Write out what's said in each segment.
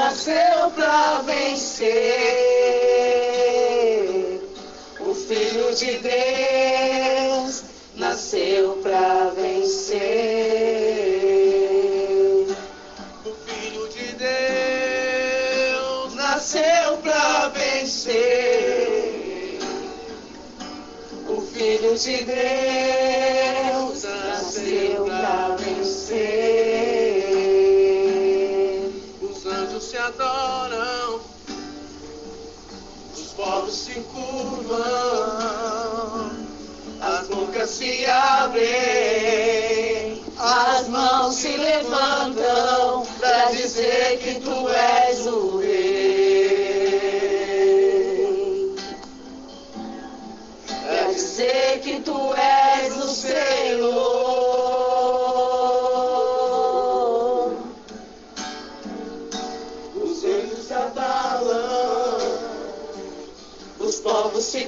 nasceu pra vencer. O Filho de Deus nasceu pra vencer. O Filho de Deus Nasceu pra vencer. O Filho de Deus nasceu pra vencer. Os anjos se adoram, os povos se curvam, as bocas se abrem, As mãos se levantam pra dizer que tu és o Rei. Pra dizer que tu és o Senhor. Os anjos se abalam, os povos se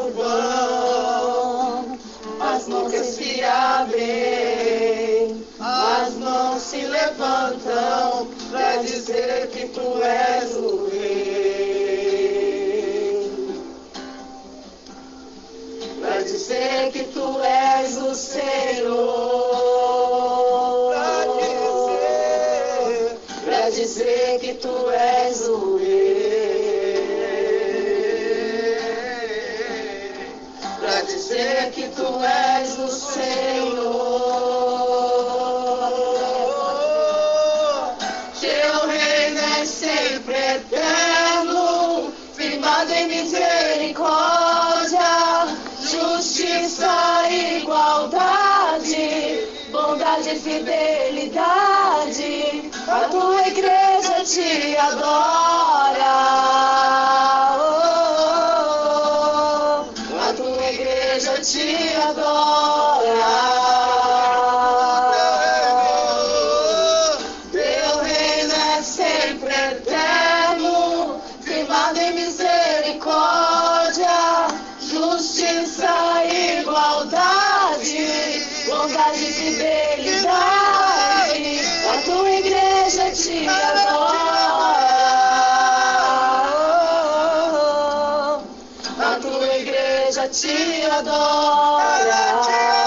curvam, as bocas se abrem, as mãos se levantam pra dizer que tu és o Rei. Pra dizer que tu és o Senhor. Pra dizer que tu és o Rei. Pra dizer que tu és o Senhor. Teu reino é sempre eterno, firmado em misericórdia, justiça e igualdade, bondade e fidelidade. A tua igreja te adora. A tua igreja te adora. Teu reino é sempre eterno, firmado em misericórdia, justiça e igualdade, bondade e fidelidade. A tua igreja te adora. A tua igreja te adora.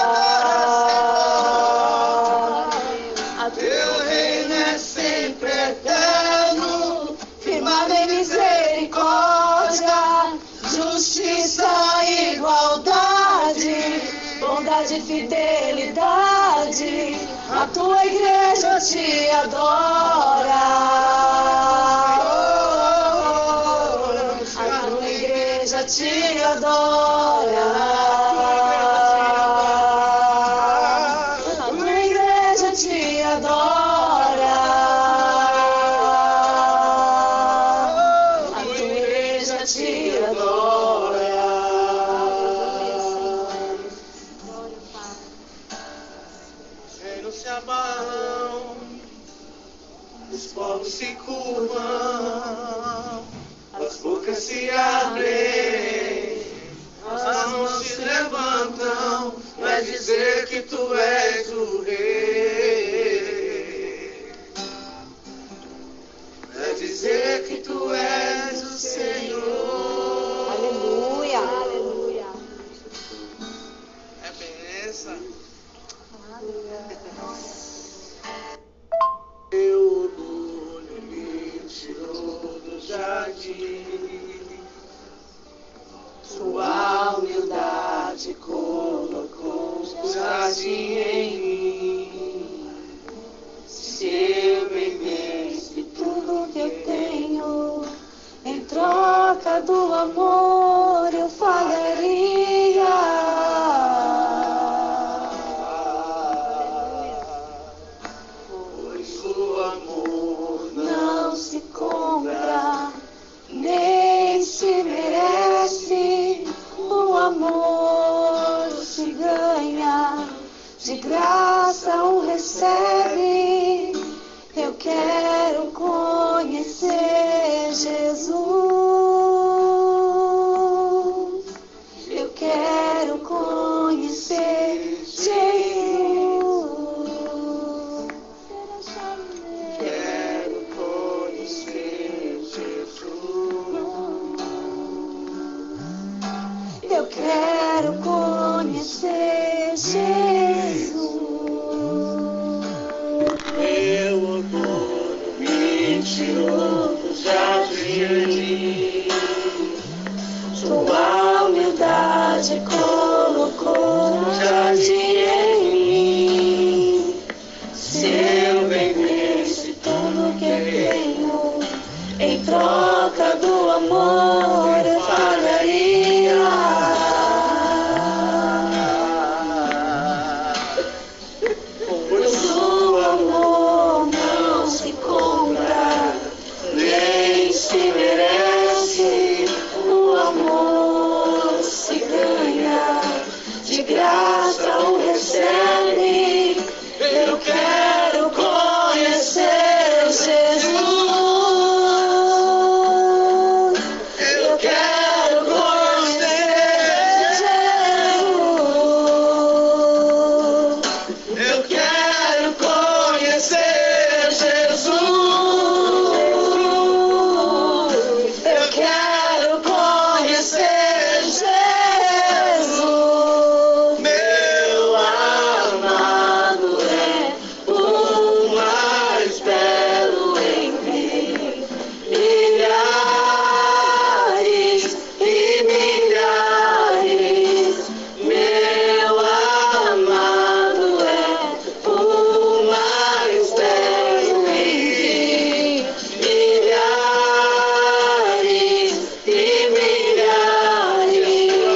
Teu reino é sempre eterno, firmado em misericórdia, justiça e igualdade, bondade e fidelidade. A tua igreja te adora. A tua igreja te adora. A tua igreja te adora. A tua igreja te adora. os reinos se abalam, os povos se curvam, as bocas se abrem, as mãos se levantam pra dizer que tu és o Rei. Pra dizer que tu és o Senhor. Aleluia. Aleluia. É benção. Meu orgulho me tirou do jardim, Sua humildade colocou o jardim em mim. Se eu vendesse tudo que eu tenho, em troca do amor eu falaria. pois o amor Não se compra, nem se merece. O amor se ganha, de graça o recebe. Eu quero conhecer Jesus. Eu quero conhecer Jesus. quero conhecer quero conhecer Jesus. Meu orgulho me tirou do jardim. Sua humildade colocou um jardim em mim. Se eu vendesse tudo que tenho em troca do amor, eu pagaria. Pois o amor não se compra, nem se merece. O amor se ganha, de graça o recebe. Eu quero conhecer Jesus. Eu quero conhecer Jesus. Eu quero conhecer Jesus. Eu quero conhecer Jesus. Meu Amado é o mais belo entre milhares e milhares. Meu amado é o mais belo entre milhares e milhares.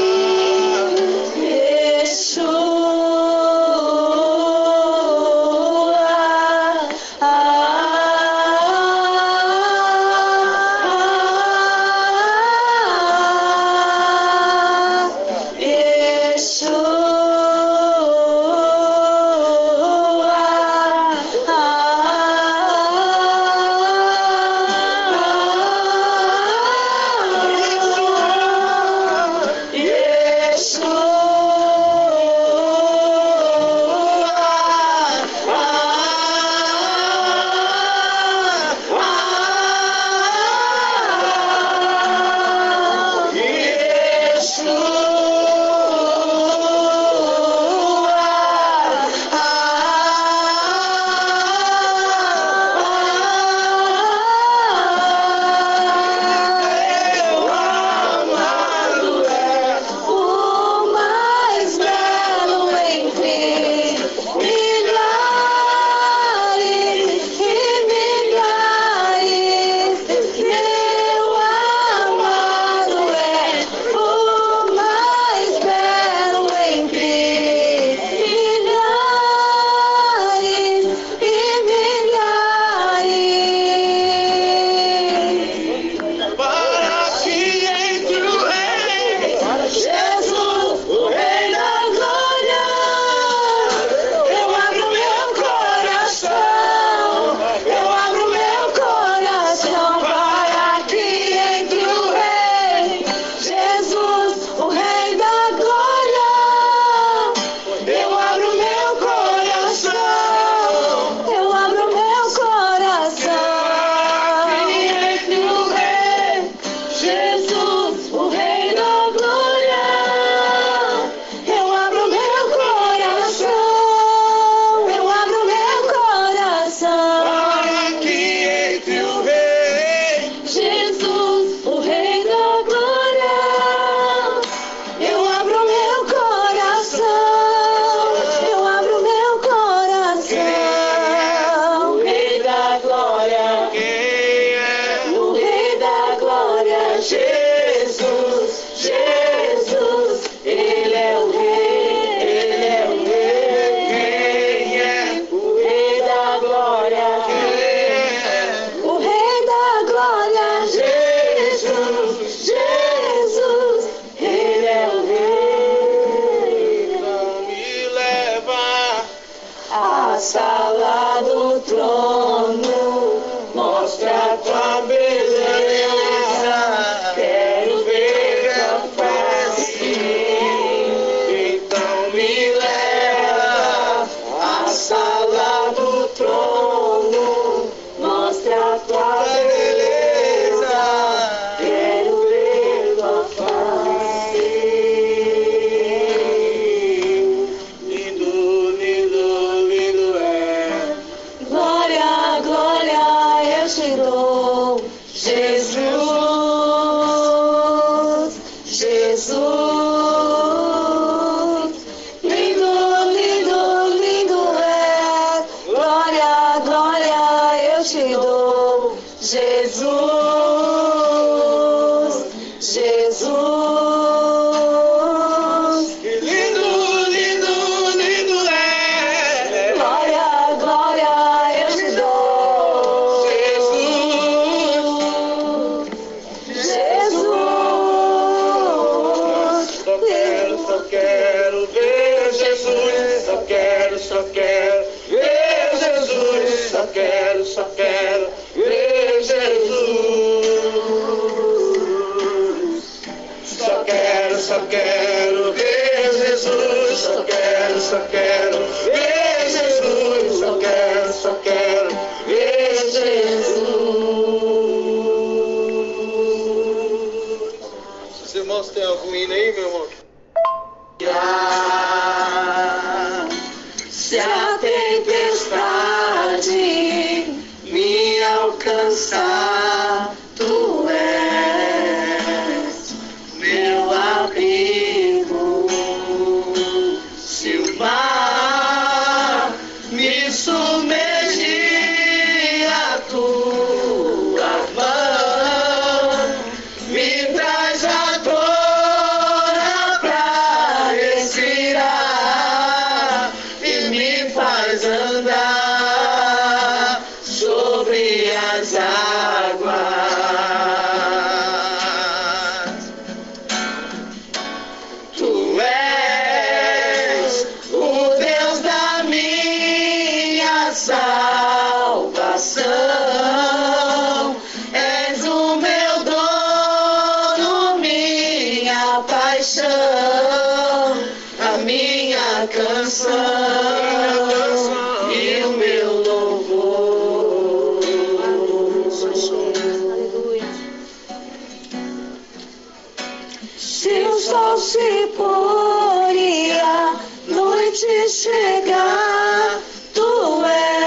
sala do trono, mostra a tua beleza, quero ver tua face, então me leva à sala do trono, mostra a tua beleza, quero ver tua face. Jesus, Jesus. Que lindo, lindo, lindo é. Glória, glória eu te dou. Jesus, Jesus. Só quero ver Jesus. Só quero ver Jesus. Só quero ver Jesus. Só quero ver Jesus. Só quero ver Jesus. Só quero ver Jesus. Os irmãos têm algum hino aí, meu irmão? Se a tempestade me alcançar, tu és meu abrigo. Se o mar me submergir, a tua mão me traz a dor pra respirar e me faz andar sobre as águas. Tu és o Deus da minha salvação. És o meu dono, minha paixão, a minha canção e o meu louvor. Aleluia. Se o sol se pôr e a noite chegar, tu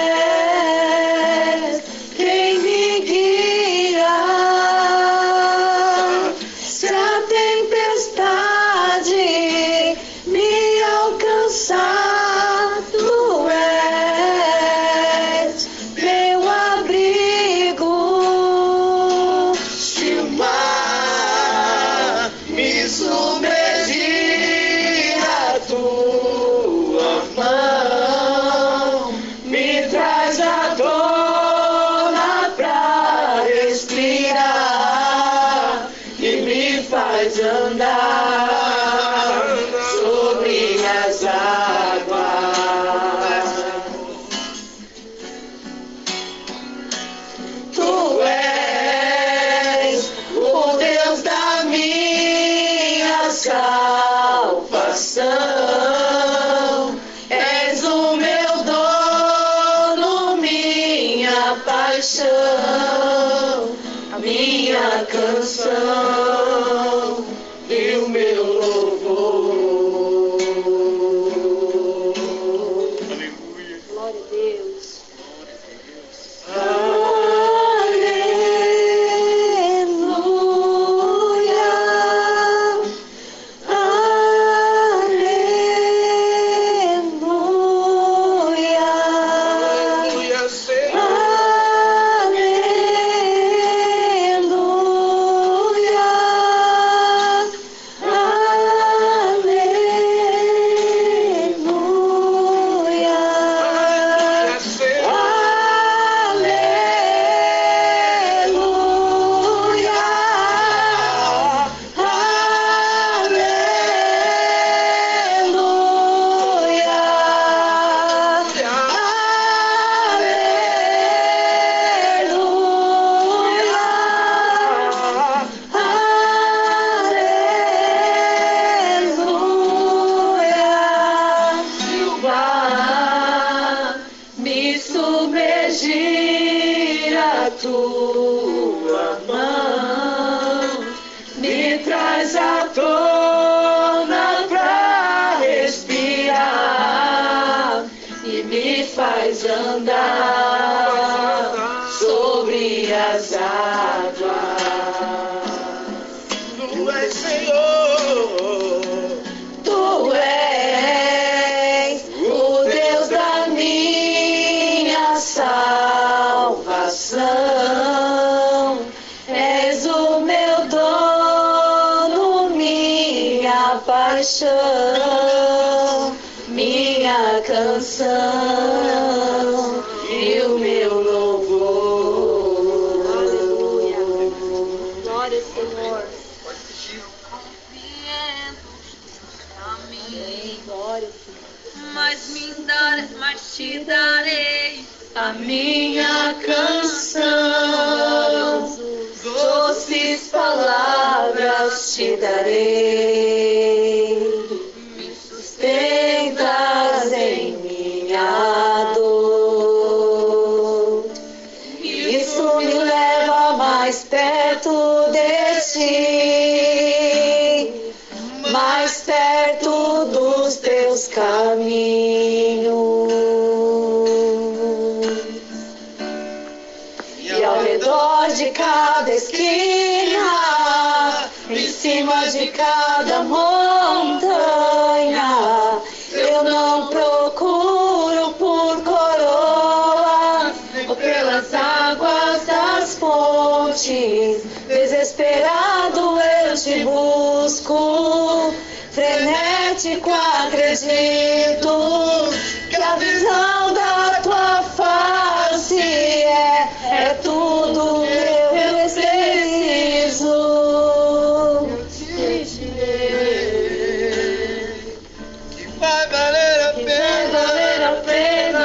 és quem me guia. Se a tempestade me alcançar, tu és meu abrigo. Se o mar me submergir, a tua mão me traz a dona pra respirar e me faz andar sobre as águas. Tu és o Deus da minha salvação. És o meu dono, minha paixão, a minha canção e o meu louvor. Aleluia. Glória a Deus. Aleluia, Senhor. Aleluia, Senhor. Me submergir, a tua mão me traz à tona pra respirar e me faz andar sobre as águas. Tu és Senhor. Tu és o Deus da minha salvação. darei a minha canção, doces palavras te darei, me sustentas em minha dor. Isso me leva mais perto de ti, mais perto dos teus caminhos. E ao redor de cada esquina, em cima de cada montanha, eu não procuro por coroa ou pelas águas das fontes. Desesperado eu te busco, frenético acredito que a visão da tua face é tudo que eu preciso. Eu te direi que vai valer a pena,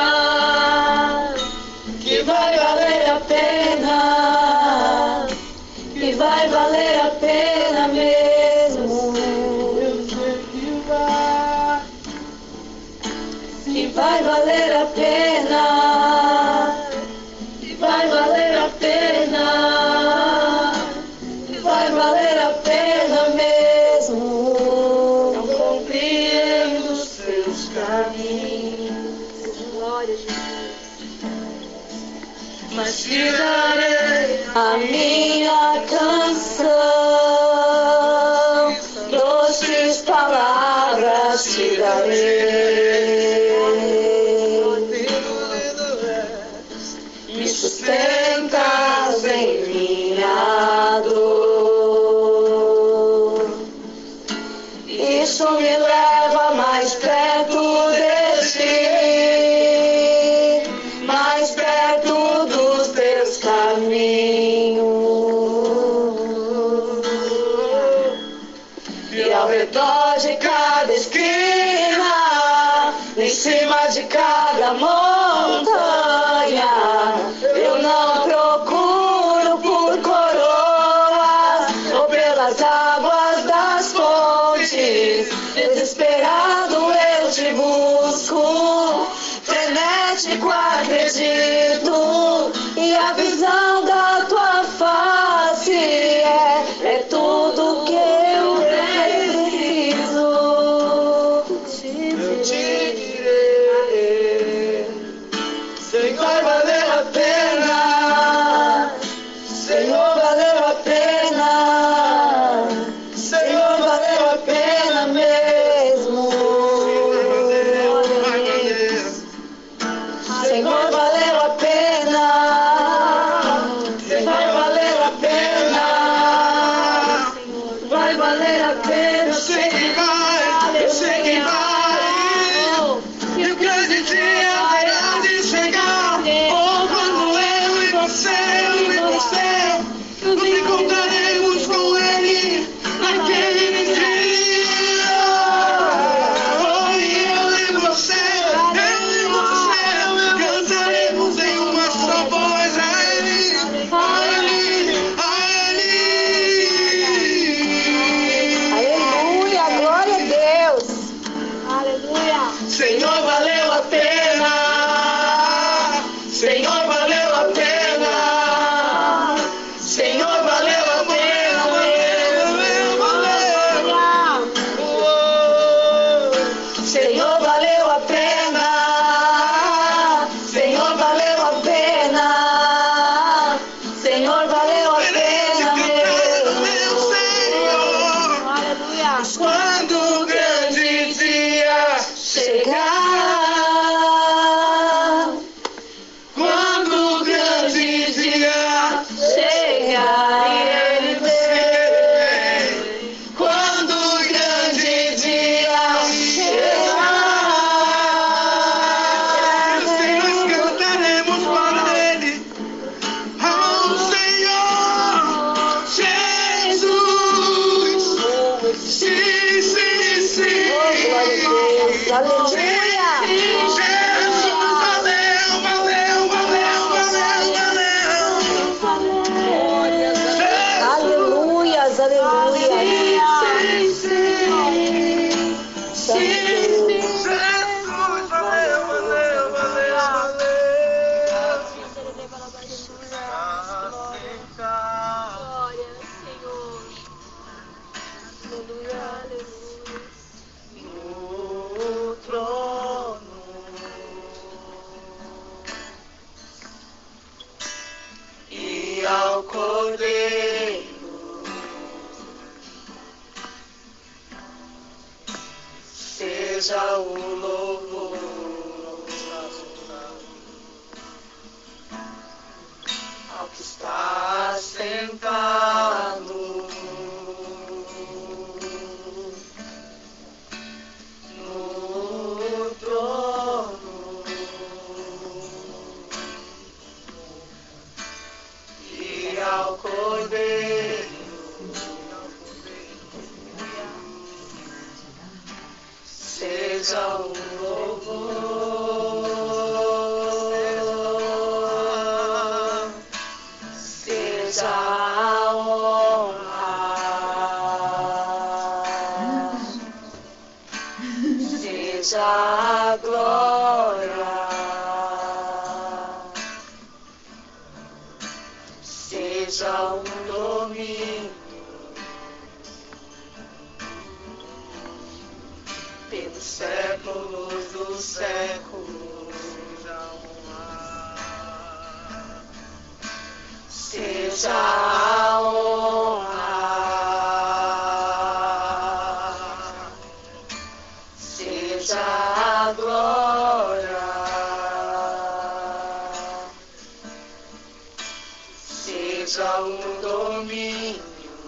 que vai valer a pena, que vai valer a pena mesmo. eu sei que vai. Que vai valer a pena, que vai valer a pena, que vai valer a pena mesmo. Não compreendo os teus caminhos. Glória a Jesus. Mas te darei a minha canção, doces palavras te darei. Me sustentas em minha dor. Isso me leva mais perto de ti, mais perto dos teus caminhos. E ao redor de cada esquina, em cima de cada montanha, eu não procuro por coroas ou pelas águas das fontes. Desesperado eu te busco, frenético acredito, e a visão da tua face é tudo que eu preciso. Eu te direi, Senhor, valeu a pena, Senhor, valeu a pena, Senhor, valeu a pena mesmo. Senhor, valeu a pena, vai valer a pena, vai valer a pena. eu sei que vai, eu sei que vai. E o grande dia haverá de chegar, oh, quando eu e você, nos encontraremos com Ele naquele dia. Oh, e eu e você, cantaremos em uma só voz a Ele, a Ele, a Ele. Aleluia, glória a Deus. Aleluia. Senhor, valeu a pena, Senhor, valeu a pena, Senhor, valeu a pena, Senhor, valeu a pena, Senhor, valeu a pena, Senhor, valeu a pena meu Senhor, Aleluia. quando o grande dia Chegar, quando ao Cordeiro seja o louvor. Ao que está sentado no trono e ao Cordeiro seja o louvor, seja a honra, seja a glória, seja o domínio pelos séculos dos séculos. Seja a honra, seja a glória, seja o domínio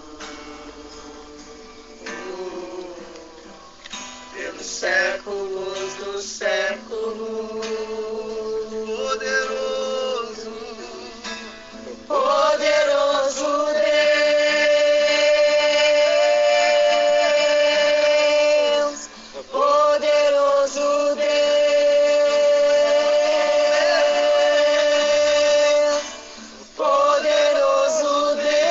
pelos séculos dos séculos. Poderoso Deus, poderoso Deus, poderoso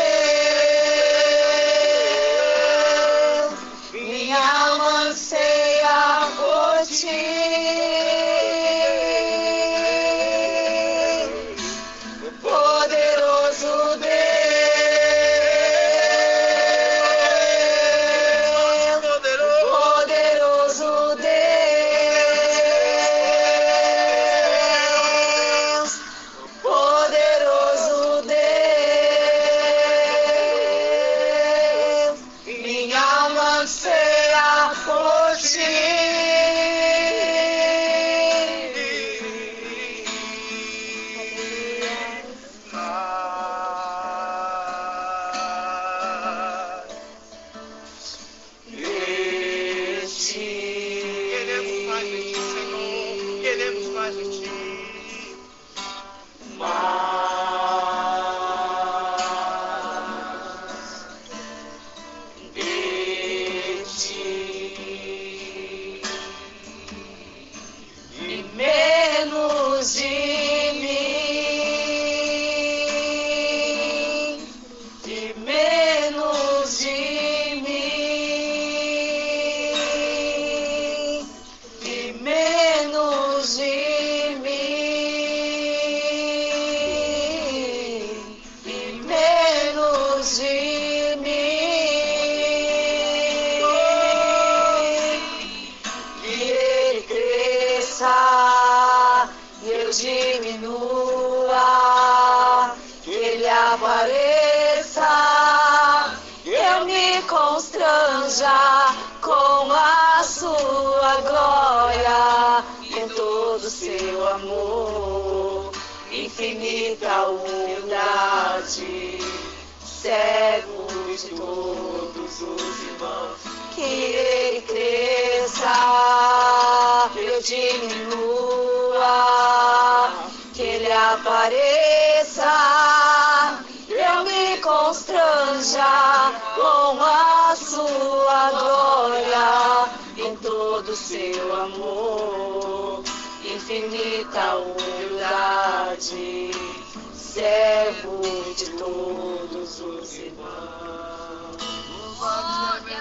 Deus, minha alma anseia por ti. Poderoso Deus, poderoso Deus, poderoso Deus, minha alma anseia por ti. Queremos mais de ti, Senhor. Queremos mais de ti. E menos de mim, e menos de mim, e menos de mim, e menos de mim, que ele cresça e eu diminua, que ele apareça, eu me constranja com a sua glória, com todo o seu amor, infinita humildade, servo de todos os irmãos, que ele cresça, que eu diminua, que ele apareça, eu me constranja com a sua glória, em todo o seu amor, infinita humildade, servo de todos os irmãos. Aleluia.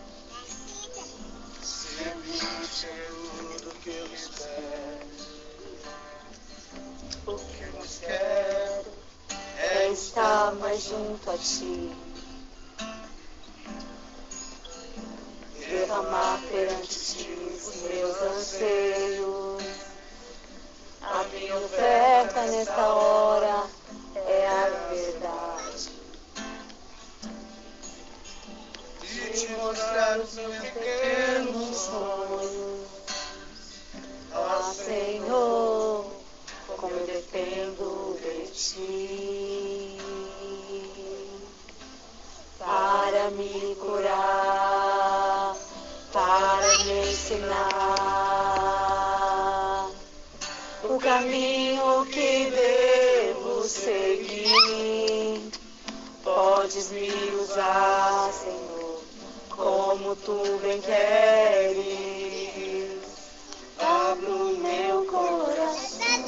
Sempre tudo que eu espero mais quero é estar mais junto a ti. Derramar perante ti os meus anseios. A minha oferta nesta hora é a verdade. De te mostrar os meus pequenos sonhos. Ó Senhor, como eu dependo de ti. Para me curar, para me ensinar o caminho que devo seguir. Podes me usar, Senhor, como tu bem queres. Abra o meu coração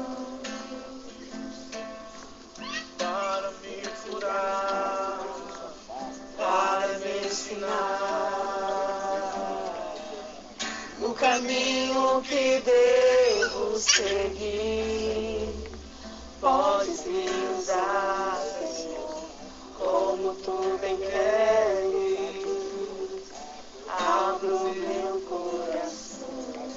para me curar, para me ensinar o caminho que devo seguir. Podes me usar, Senhor, como tu bem queres. Abra o meu coração.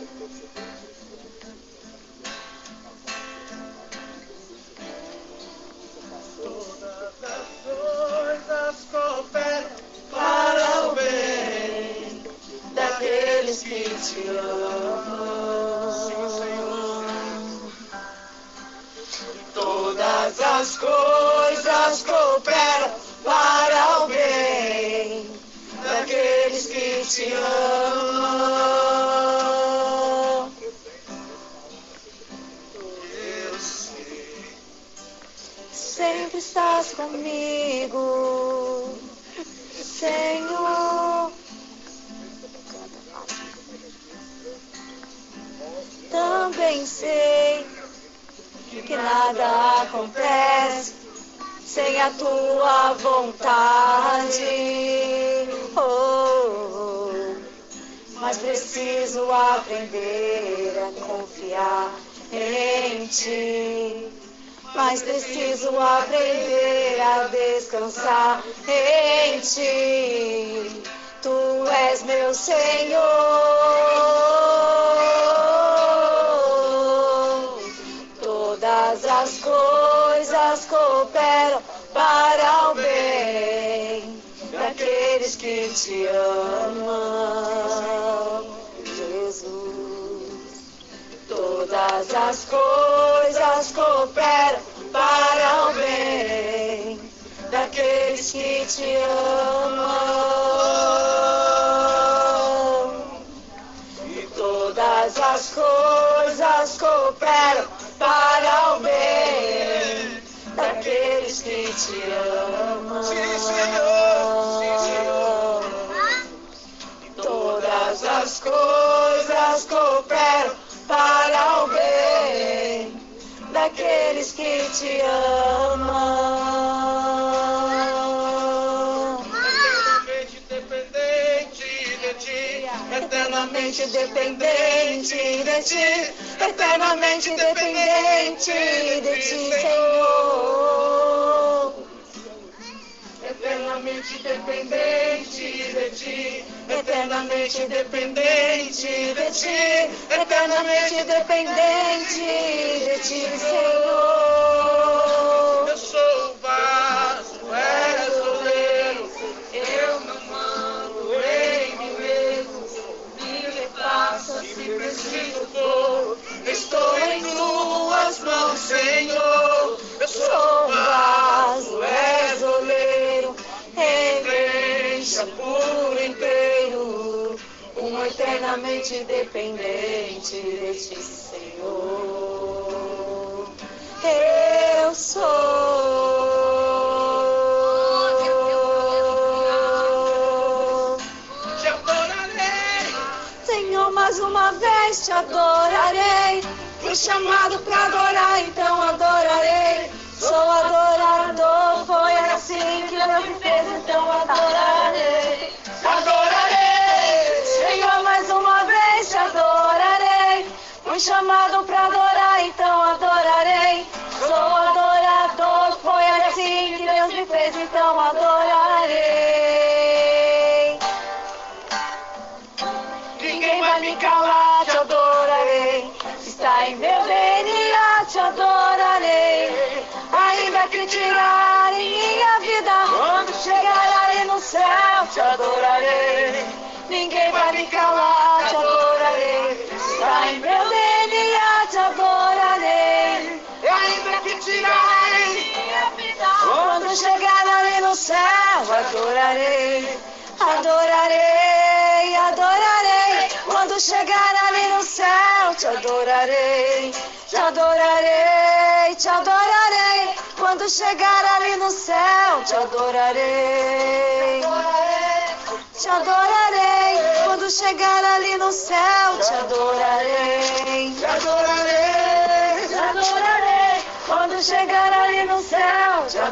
Todas as coisas cooperam para o bem daqueles que te amam. Todas as coisas cooperam para o bem daqueles que te amam. Eu sei, sempre estás comigo, Senhor. Também sei que nada acontece sem a tua vontade. Mas preciso aprender a confiar em ti. Mas preciso aprender a descansar em ti. Tu és meu Senhor. Todas as coisas cooperam para o bem daqueles que te amam, Jesus. Todas as coisas cooperam para o bem daqueles que te amam. E todas as coisas cooperam para o bem daqueles que te amam. Sim, Senhor. Sim, Senhor. E todas as coisas cooperam para o bem daqueles que te amam. Eternamente dependente de ti, eternamente dependente de ti, Senhor. Eternamente dependente de ti, eternamente dependente de ti, eternamente dependente de ti, Senhor. Eu sou o vaso, és o oleiro, eu não mando em mim mesmo. Se preciso for, estou em tuas mãos, Senhor. Eu sou um vaso, és oleiro, encha por inteiro, eternamente dependente de ti, Senhor. Eu sou. Mais uma vez te adorarei. Fui chamado pra adorar, então adorarei. Sou adorador, foi assim que eu me fez, então adorarei. Adorarei, Senhor, mais uma vez te adorarei. Fui chamado pra adorar, então adorarei. Sou ninguém vai me calar, te adorarei. Está em meu DNA, te adorarei. Ainda que tirarem minha vida, quando chegar ali no céu, te adorarei. Ninguém vai me calar, te adorarei. Está em meu DNA, te adorarei. Ainda que tirarem Minha vida, quando chegar ali no céu, adorarei. Adorarei, adorarei. Quando chegar ali no céu, te adorarei. Te adorarei, te adorarei. Quando chegar ali no céu, te adorarei. Te adorarei. Quando chegar ali no céu, te adorarei. te adorarei. Te adorarei. Quando chegar ali no céu, te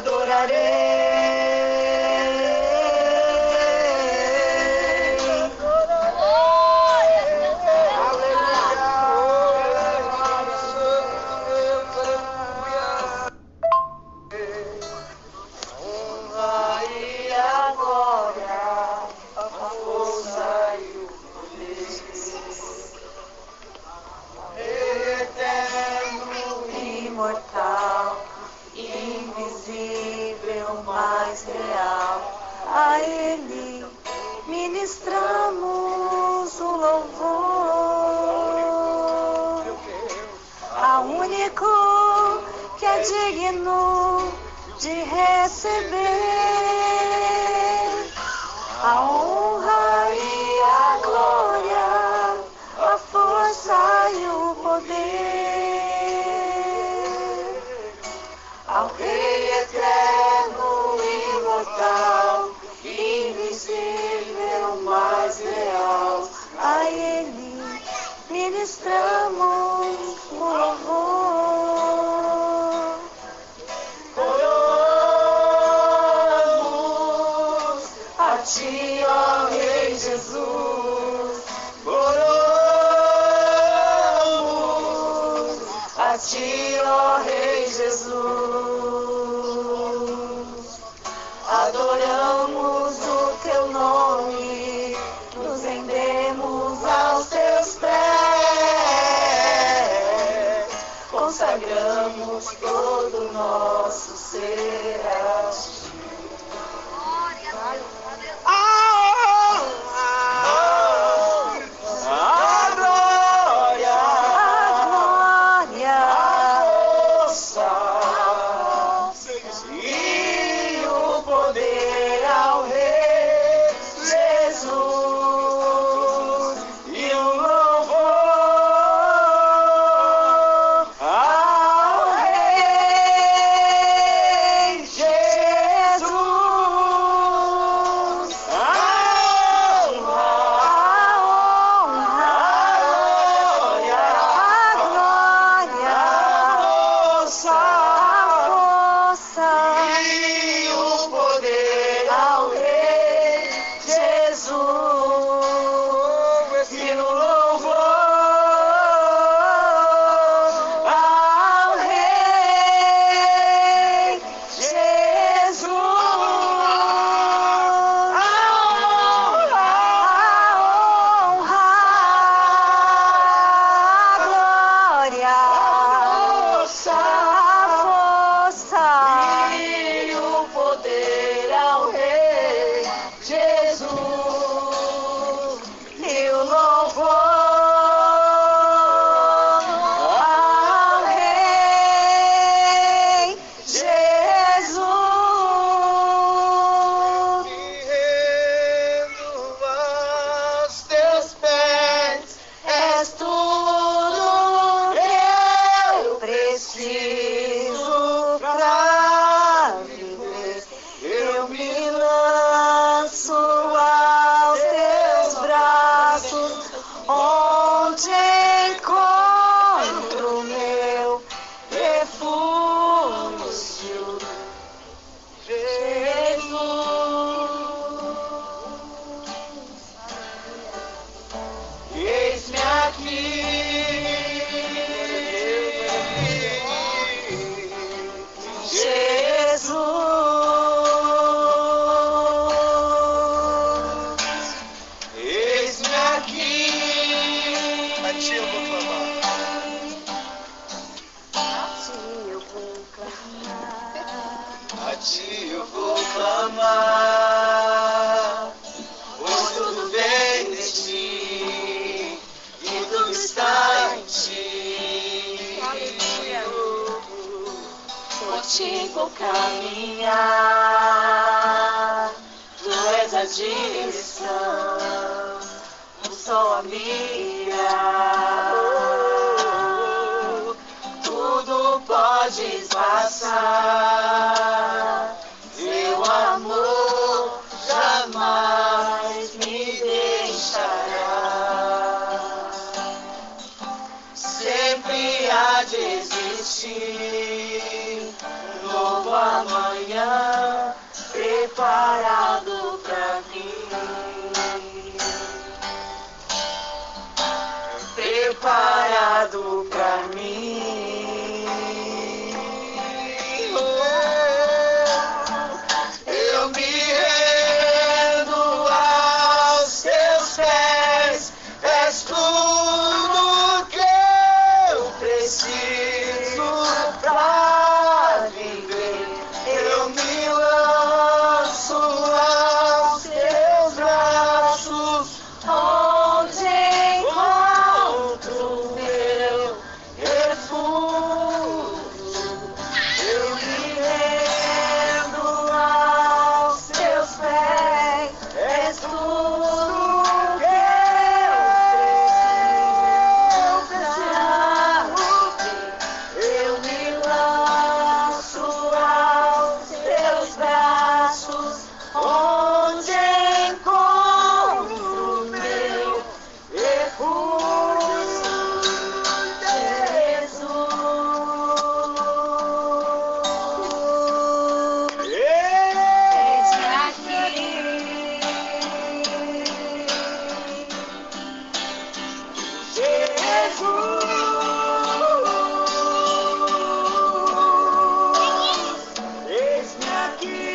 Honra e a glória, a força e o poder, eterno, imortal, invisível, mais real. A Ele ministramos o louvor, ao único que é digno de receber a honra e a glória, a força e o poder, ao Rei eterno, imortal, invisível, mais real. A Ele ministramos o louvor. oramos A Ti, ó Rei Jesus, oramos a Ti, ó Rei Jesus, adoramos o Teu nome, nos rendemos aos Teus pés, consagramos todo o nosso ser a Ti. a glória, A glória, força e o poder ao Rei Jesus e o louvor ao Rei Jesus. A honra, e o poder ao Rei Jesus e o louvor ao Rei Jesus. A honra, e o poder ao Rei Jesus e o louvor ao Rei Jesus. Me rendo aos Teus pés, és tudo que eu preciso pra viver. Eu me lanço aos Teus braços, onde encontro meu refúgio, Jesus. Eis-me aqui, Jesus. Eis-me aqui, contigo caminhar. Tu és a direção, um sol a mirar. Tudo podes passar, teu amor jamais me deixará. Sempre há de existir um novo amanhã preparado pra mim, preparado pra mim. Eu me rendo aos teus pés, és tudo que eu preciso pra viver. Eu me lanço aos teus braços, onde encontro meu refúgio. Eu me rendo aos teus pés, és tudo que eu preciso. Eu me lanço aos teus braços, onde encontro meu refúgio, Jesus. Eis-me aqui. Eis-me aqui.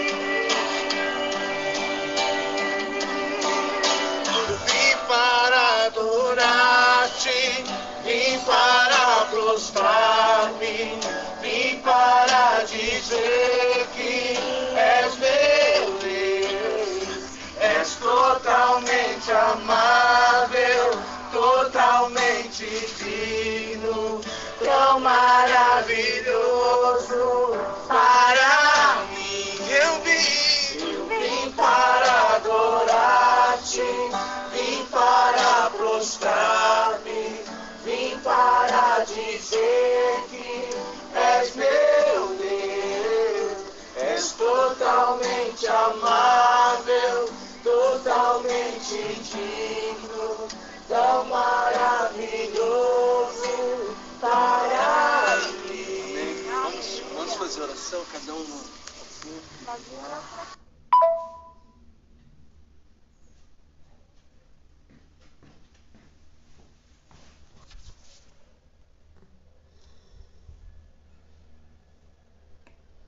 Vim para adorar-te, vim para prostrar-me, vim para dizer que és meu Deus, és totalmente amável, totalmente digno, tão maravilhoso para mim. Eu vim para adorar-te, vim para prostrar-me, vim para dizer que és meu Deus, és totalmente amável, totalmente digno, tão maravilhoso para mim. Vamos fazer oração, cada um.